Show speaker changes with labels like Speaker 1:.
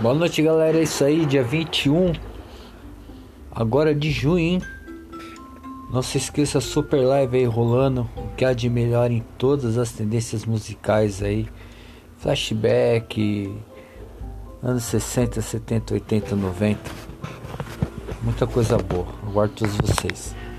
Speaker 1: Boa noite, galera. É isso aí, dia 21 agora de junho, hein? Não se esqueça, super live aí rolando, o que há de melhor em todas as tendências musicais aí. Flashback, anos 60, 70, 80, 90. Muita coisa boa. Aguardo todos vocês.